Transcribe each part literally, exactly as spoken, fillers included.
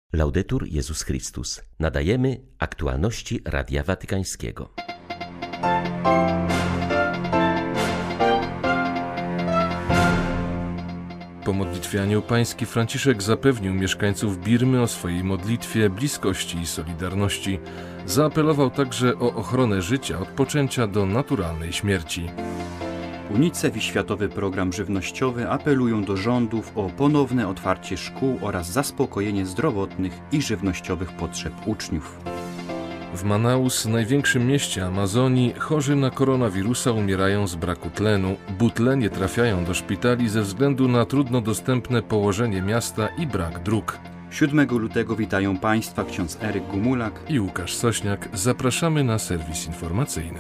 Laudetur Jezus Chrystus. Nadajemy aktualności Radia Watykańskiego. Po modlitwie Anioł Pański Franciszek zapewnił mieszkańców Birmy o swojej modlitwie, bliskości i solidarności. Zaapelował także o ochronę życia od poczęcia do naturalnej śmierci. UNICEF i Światowy Program Żywnościowy apelują do rządów o ponowne otwarcie szkół oraz zaspokojenie zdrowotnych i żywnościowych potrzeb uczniów. W Manaus, największym mieście Amazonii, chorzy na koronawirusa umierają z braku tlenu. Butle nie trafiają do szpitali ze względu na trudno dostępne położenie miasta i brak dróg. siódmego lutego witają Państwa ksiądz Eryk Gumulak i Łukasz Sośniak. Zapraszamy na serwis informacyjny.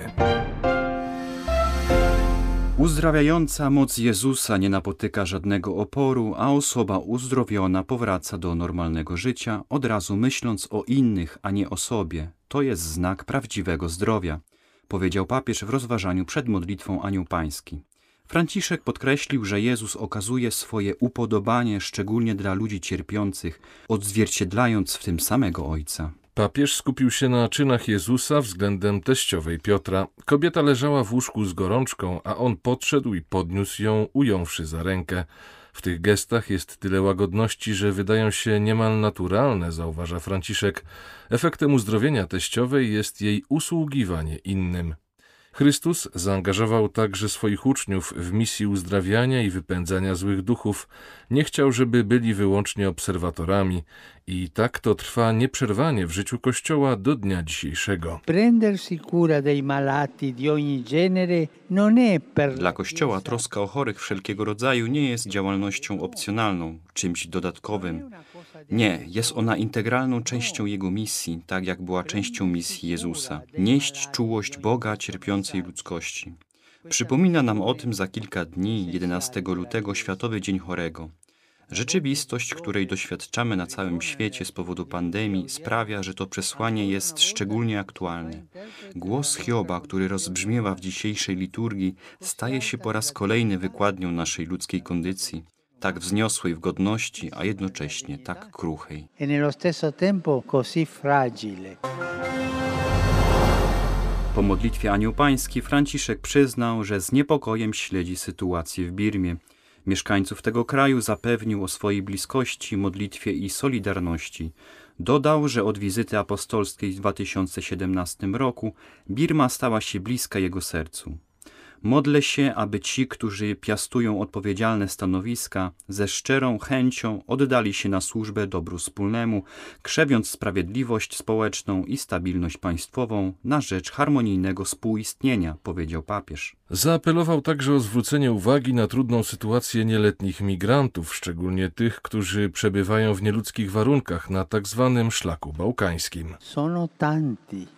Uzdrawiająca moc Jezusa nie napotyka żadnego oporu, a osoba uzdrowiona powraca do normalnego życia, od razu myśląc o innych, a nie o sobie. To jest znak prawdziwego zdrowia, powiedział papież w rozważaniu przed modlitwą Anioł Pański. Franciszek podkreślił, że Jezus okazuje swoje upodobanie szczególnie dla ludzi cierpiących, odzwierciedlając w tym samego Ojca. Papież skupił się na czynach Jezusa względem teściowej Piotra. Kobieta leżała w łóżku z gorączką, a on podszedł i podniósł ją, ująwszy za rękę. W tych gestach jest tyle łagodności, że wydają się niemal naturalne, zauważa Franciszek. Efektem uzdrowienia teściowej jest jej usługiwanie innym. Chrystus zaangażował także swoich uczniów w misję uzdrawiania i wypędzania złych duchów. Nie chciał, żeby byli wyłącznie obserwatorami. I tak to trwa nieprzerwanie w życiu Kościoła do dnia dzisiejszego. Dla Kościoła troska o chorych wszelkiego rodzaju nie jest działalnością opcjonalną, czymś dodatkowym. Nie, jest ona integralną częścią Jego misji, tak jak była częścią misji Jezusa. Nieść czułość Boga cierpiącej ludzkości. Przypomina nam o tym za kilka dni, jedenastego lutego, Światowy Dzień Chorego. Rzeczywistość, której doświadczamy na całym świecie z powodu pandemii, sprawia, że to przesłanie jest szczególnie aktualne. Głos Hioba, który rozbrzmiewa w dzisiejszej liturgii, staje się po raz kolejny wykładnią naszej ludzkiej kondycji, tak wzniosłej w godności, a jednocześnie tak kruchej. Po modlitwie Anioł Pański Franciszek przyznał, że z niepokojem śledzi sytuację w Birmie. Mieszkańców tego kraju zapewnił o swojej bliskości, modlitwie i solidarności. Dodał, że od wizyty apostolskiej w dwa tysiące siedemnastym roku Birma stała się bliska jego sercu. Modlę się, aby ci, którzy piastują odpowiedzialne stanowiska, ze szczerą chęcią oddali się na służbę dobru wspólnemu, krzewiąc sprawiedliwość społeczną i stabilność państwową na rzecz harmonijnego współistnienia, powiedział papież. Zaapelował także o zwrócenie uwagi na trudną sytuację nieletnich migrantów, szczególnie tych, którzy przebywają w nieludzkich warunkach na tak zwanym szlaku bałkańskim. Sono tanti.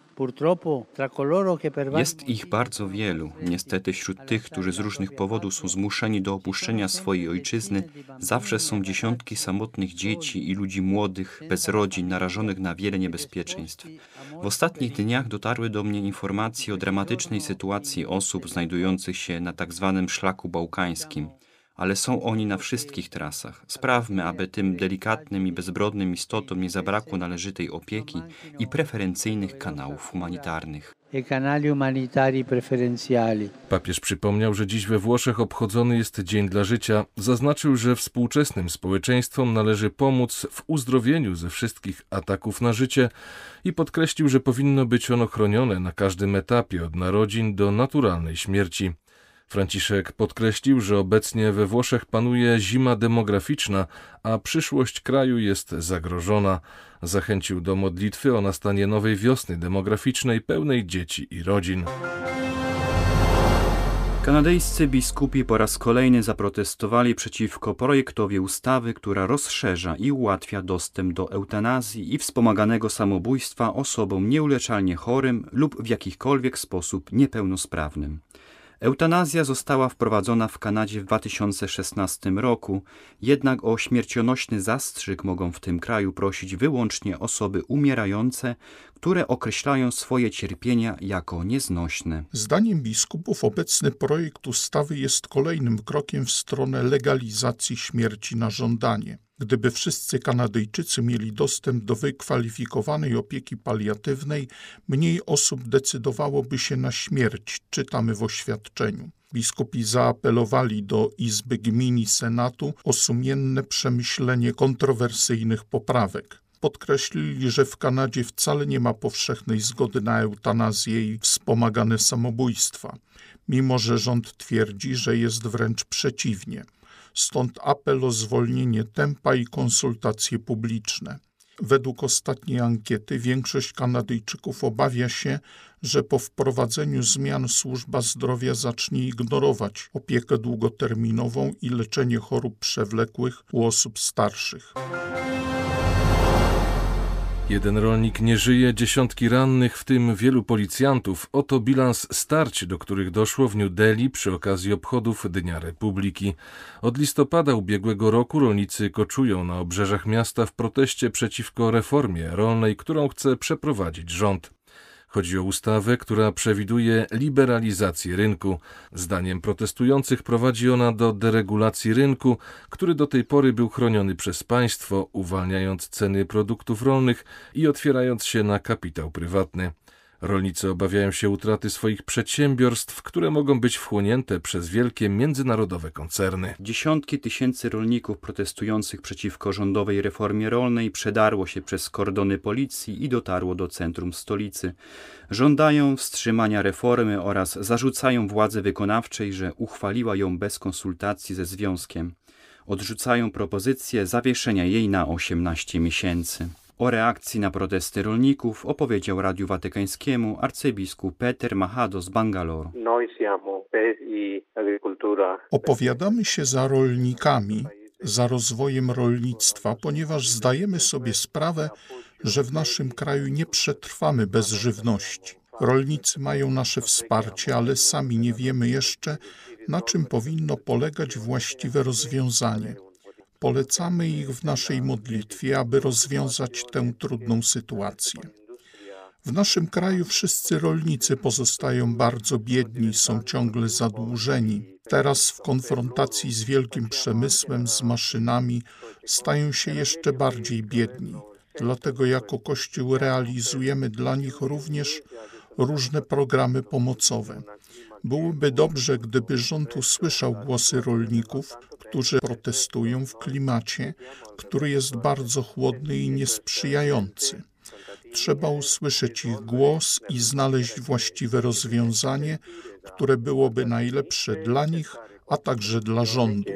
Jest ich bardzo wielu. Niestety wśród tych, którzy z różnych powodów są zmuszeni do opuszczenia swojej ojczyzny, zawsze są dziesiątki samotnych dzieci i ludzi młodych, bez rodzin, narażonych na wiele niebezpieczeństw. W ostatnich dniach dotarły do mnie informacje o dramatycznej sytuacji osób znajdujących się na tak zwanym szlaku bałkańskim. Ale są oni na wszystkich trasach. Sprawmy, aby tym delikatnym i bezbrodnym istotom nie zabrakło należytej opieki i preferencyjnych kanałów humanitarnych. Papież przypomniał, że dziś we Włoszech obchodzony jest Dzień dla Życia. Zaznaczył, że współczesnym społeczeństwom należy pomóc w uzdrowieniu ze wszystkich ataków na życie i podkreślił, że powinno być ono chronione na każdym etapie, od narodzin do naturalnej śmierci. Franciszek podkreślił, że obecnie we Włoszech panuje zima demograficzna, a przyszłość kraju jest zagrożona. Zachęcił do modlitwy o nastanie nowej wiosny demograficznej pełnej dzieci i rodzin. Kanadyjscy biskupi po raz kolejny zaprotestowali przeciwko projektowi ustawy, która rozszerza i ułatwia dostęp do eutanazji i wspomaganego samobójstwa osobom nieuleczalnie chorym lub w jakikolwiek sposób niepełnosprawnym. Eutanazja została wprowadzona w Kanadzie w dwa tysiące szesnastym roku, jednak o śmiercionośny zastrzyk mogą w tym kraju prosić wyłącznie osoby umierające, które określają swoje cierpienia jako nieznośne. Zdaniem biskupów obecny projekt ustawy jest kolejnym krokiem w stronę legalizacji śmierci na żądanie. Gdyby wszyscy Kanadyjczycy mieli dostęp do wykwalifikowanej opieki paliatywnej, mniej osób decydowałoby się na śmierć, czytamy w oświadczeniu. Biskupi zaapelowali do Izby Gmin i Senatu o sumienne przemyślenie kontrowersyjnych poprawek. Podkreślili, że w Kanadzie wcale nie ma powszechnej zgody na eutanazję i wspomagane samobójstwa, mimo że rząd twierdzi, że jest wręcz przeciwnie. Stąd apel o zwolnienie tempa i konsultacje publiczne. Według ostatniej ankiety większość Kanadyjczyków obawia się, że po wprowadzeniu zmian służba zdrowia zacznie ignorować opiekę długoterminową i leczenie chorób przewlekłych u osób starszych. Jeden rolnik nie żyje, dziesiątki rannych, w tym wielu policjantów. Oto bilans starć, do których doszło w New Delhi przy okazji obchodów Dnia Republiki. Od listopada ubiegłego roku rolnicy koczują na obrzeżach miasta w proteście przeciwko reformie rolnej, którą chce przeprowadzić rząd. Chodzi o ustawę, która przewiduje liberalizację rynku. Zdaniem protestujących prowadzi ona do deregulacji rynku, który do tej pory był chroniony przez państwo, uwalniając ceny produktów rolnych i otwierając się na kapitał prywatny. Rolnicy obawiają się utraty swoich przedsiębiorstw, które mogą być wchłonięte przez wielkie międzynarodowe koncerny. Dziesiątki tysięcy rolników protestujących przeciwko rządowej reformie rolnej przedarło się przez kordony policji i dotarło do centrum stolicy. Żądają wstrzymania reformy oraz zarzucają władzy wykonawczej, że uchwaliła ją bez konsultacji ze związkiem. Odrzucają propozycję zawieszenia jej na osiemnaście miesięcy. O reakcji na protesty rolników opowiedział Radiu Watykańskiemu arcybiskup Peter Mahado z Bangalore. Opowiadamy się za rolnikami, za rozwojem rolnictwa, ponieważ zdajemy sobie sprawę, że w naszym kraju nie przetrwamy bez żywności. Rolnicy mają nasze wsparcie, ale sami nie wiemy jeszcze, na czym powinno polegać właściwe rozwiązanie. Polecamy ich w naszej modlitwie, aby rozwiązać tę trudną sytuację. W naszym kraju wszyscy rolnicy pozostają bardzo biedni, są ciągle zadłużeni. Teraz w konfrontacji z wielkim przemysłem, z maszynami, stają się jeszcze bardziej biedni. Dlatego jako Kościół realizujemy dla nich również różne programy pomocowe. Byłoby dobrze, gdyby rząd usłyszał głosy rolników, którzy protestują w klimacie, który jest bardzo chłodny i niesprzyjający. Trzeba usłyszeć ich głos i znaleźć właściwe rozwiązanie, które byłoby najlepsze dla nich, a także dla rządu.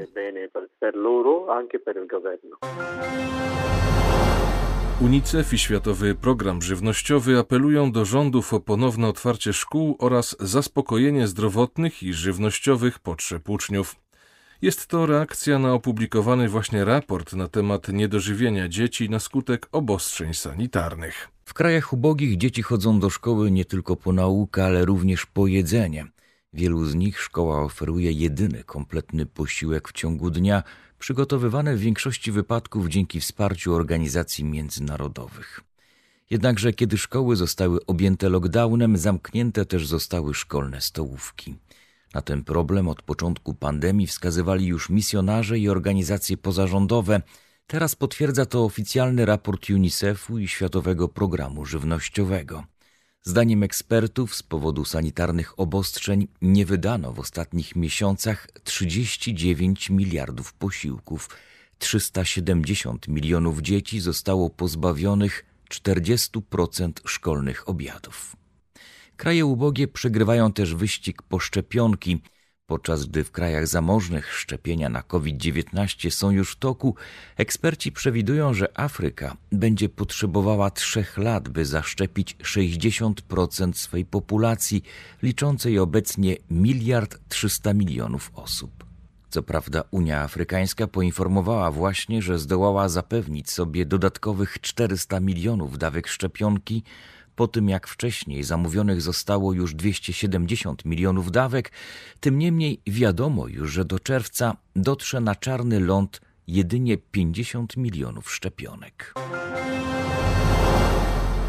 UNICEF i Światowy Program Żywnościowy apelują do rządów o ponowne otwarcie szkół oraz zaspokojenie zdrowotnych i żywnościowych potrzeb uczniów. Jest to reakcja na opublikowany właśnie raport na temat niedożywienia dzieci na skutek obostrzeń sanitarnych. W krajach ubogich dzieci chodzą do szkoły nie tylko po naukę, ale również po jedzenie. Wielu z nich szkoła oferuje jedyny kompletny posiłek w ciągu dnia, przygotowywany w większości wypadków dzięki wsparciu organizacji międzynarodowych. Jednakże kiedy szkoły zostały objęte lockdownem, zamknięte też zostały szkolne stołówki. Na ten problem od początku pandemii wskazywali już misjonarze i organizacje pozarządowe. Teraz potwierdza to oficjalny raport UNICEF-u i Światowego Programu Żywnościowego. Zdaniem ekspertów z powodu sanitarnych obostrzeń nie wydano w ostatnich miesiącach trzydzieści dziewięć miliardów posiłków. trzysta siedemdziesiąt milionów dzieci zostało pozbawionych czterdzieści procent szkolnych obiadów. Kraje ubogie przegrywają też wyścig po szczepionki. Podczas gdy w krajach zamożnych szczepienia na kowid dziewiętnaście są już w toku, eksperci przewidują, że Afryka będzie potrzebowała trzech lat, by zaszczepić sześćdziesiąt procent swej populacji, liczącej obecnie miliard trzysta milionów osób. Co prawda Unia Afrykańska poinformowała właśnie, że zdołała zapewnić sobie dodatkowych czterysta milionów dawek szczepionki, po tym jak wcześniej zamówionych zostało już dwieście siedemdziesiąt milionów dawek, tym niemniej wiadomo już, że do czerwca dotrze na czarny ląd jedynie pięćdziesiąt milionów szczepionek. W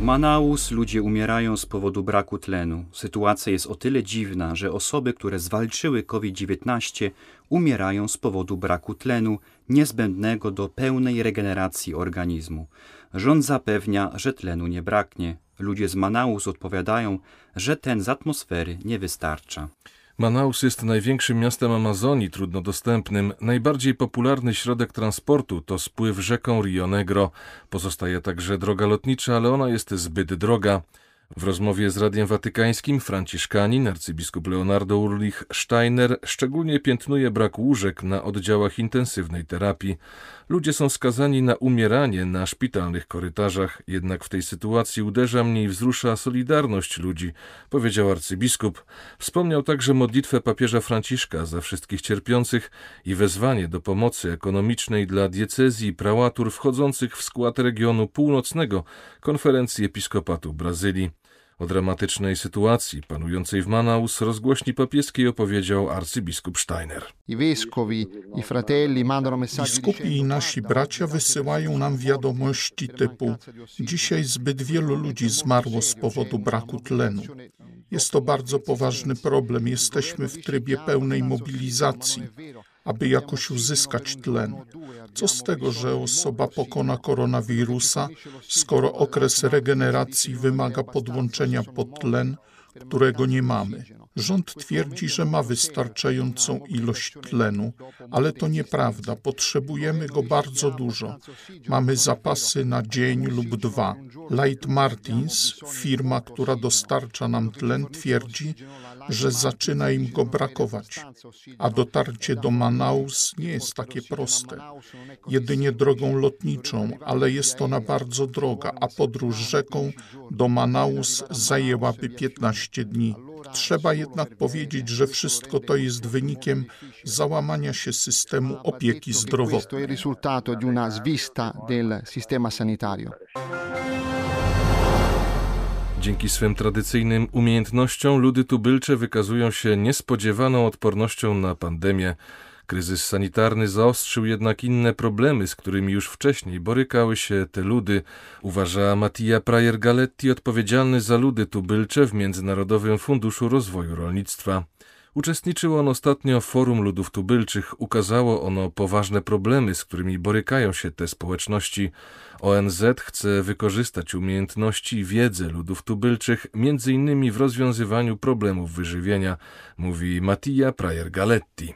Manaus ludzie umierają z powodu braku tlenu. Sytuacja jest o tyle dziwna, że osoby, które zwalczyły COVID dziewiętnaście, umierają z powodu braku tlenu niezbędnego do pełnej regeneracji organizmu. Rząd zapewnia, że tlenu nie braknie. Ludzie z Manaus odpowiadają, że ten z atmosfery nie wystarcza. Manaus jest największym miastem Amazonii, trudno dostępnym. Najbardziej popularny środek transportu to spływ rzeką Rio Negro. Pozostaje także droga lotnicza, ale ona jest zbyt droga. W rozmowie z Radiem Watykańskim franciszkanin, arcybiskup Leonardo Ulrich Steiner, szczególnie piętnuje brak łóżek na oddziałach intensywnej terapii. Ludzie są skazani na umieranie na szpitalnych korytarzach, jednak w tej sytuacji uderza mnie i wzrusza solidarność ludzi, powiedział arcybiskup. Wspomniał także modlitwę papieża Franciszka za wszystkich cierpiących i wezwanie do pomocy ekonomicznej dla diecezji i prałatur wchodzących w skład regionu północnego Konferencji Episkopatu Brazylii. O dramatycznej sytuacji panującej w Manaus rozgłośni papieskiej opowiedział arcybiskup Steiner. Biskupi i nasi bracia wysyłają nam wiadomości typu: dzisiaj zbyt wielu ludzi zmarło z powodu braku tlenu. Jest to bardzo poważny problem. Jesteśmy w trybie pełnej mobilizacji, aby jakoś uzyskać tlen. Co z tego, że osoba pokona koronawirusa, skoro okres regeneracji wymaga podłączenia pod tlen, którego nie mamy? Rząd twierdzi, że ma wystarczającą ilość tlenu, ale to nieprawda. Potrzebujemy go bardzo dużo. Mamy zapasy na dzień lub dwa. Light Martins, firma, która dostarcza nam tlen, twierdzi, że zaczyna im go brakować. A dotarcie do Manaus nie jest takie proste. Jedynie drogą lotniczą, ale jest ona bardzo droga, a podróż rzeką do Manaus zajęłaby piętnaście dni. Trzeba jednak powiedzieć, że wszystko to jest wynikiem załamania się systemu opieki zdrowotnej. Dzięki swym tradycyjnym umiejętnościom ludy tubylcze wykazują się niespodziewaną odpornością na pandemię. Kryzys sanitarny zaostrzył jednak inne problemy, z którymi już wcześniej borykały się te ludy, uważa Mattia Prayer Galetti, odpowiedzialny za ludy tubylcze w Międzynarodowym Funduszu Rozwoju Rolnictwa. Uczestniczył on ostatnio w Forum Ludów Tubylczych. Ukazało ono poważne problemy, z którymi borykają się te społeczności. O N Z chce wykorzystać umiejętności i wiedzę ludów tubylczych, między innymi w rozwiązywaniu problemów wyżywienia, mówi Mattia Prayer Galetti.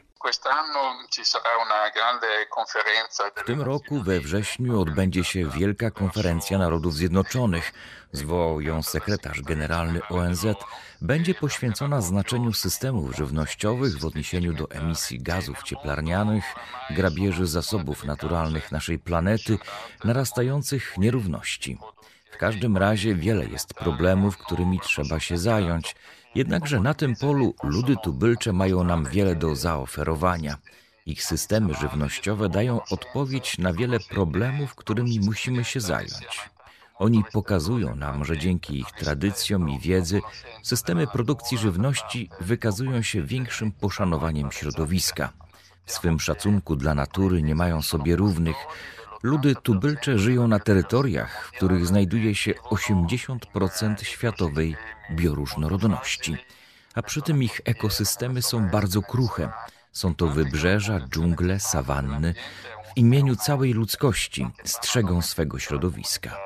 W tym roku we wrześniu odbędzie się Wielka Konferencja Narodów Zjednoczonych. Zwołał ją sekretarz generalny O N Z. Będzie poświęcona znaczeniu systemów żywnościowych w odniesieniu do emisji gazów cieplarnianych, grabieży zasobów naturalnych naszej planety, narastających nierówności. W każdym razie wiele jest problemów, którymi trzeba się zająć. Jednakże na tym polu ludy tubylcze mają nam wiele do zaoferowania. Ich systemy żywnościowe dają odpowiedź na wiele problemów, którymi musimy się zająć. Oni pokazują nam, że dzięki ich tradycjom i wiedzy systemy produkcji żywności wykazują się większym poszanowaniem środowiska. W swym szacunku dla natury nie mają sobie równych. Ludy tubylcze żyją na terytoriach, w których znajduje się osiemdziesiąt procent światowej bioróżnorodności, a przy tym ich ekosystemy są bardzo kruche. Są to wybrzeża, dżungle, sawanny. W imieniu całej ludzkości strzegą swego środowiska.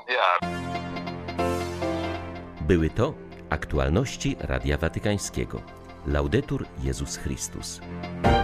Były to aktualności Radia Watykańskiego. Laudetur Jezus Chrystus.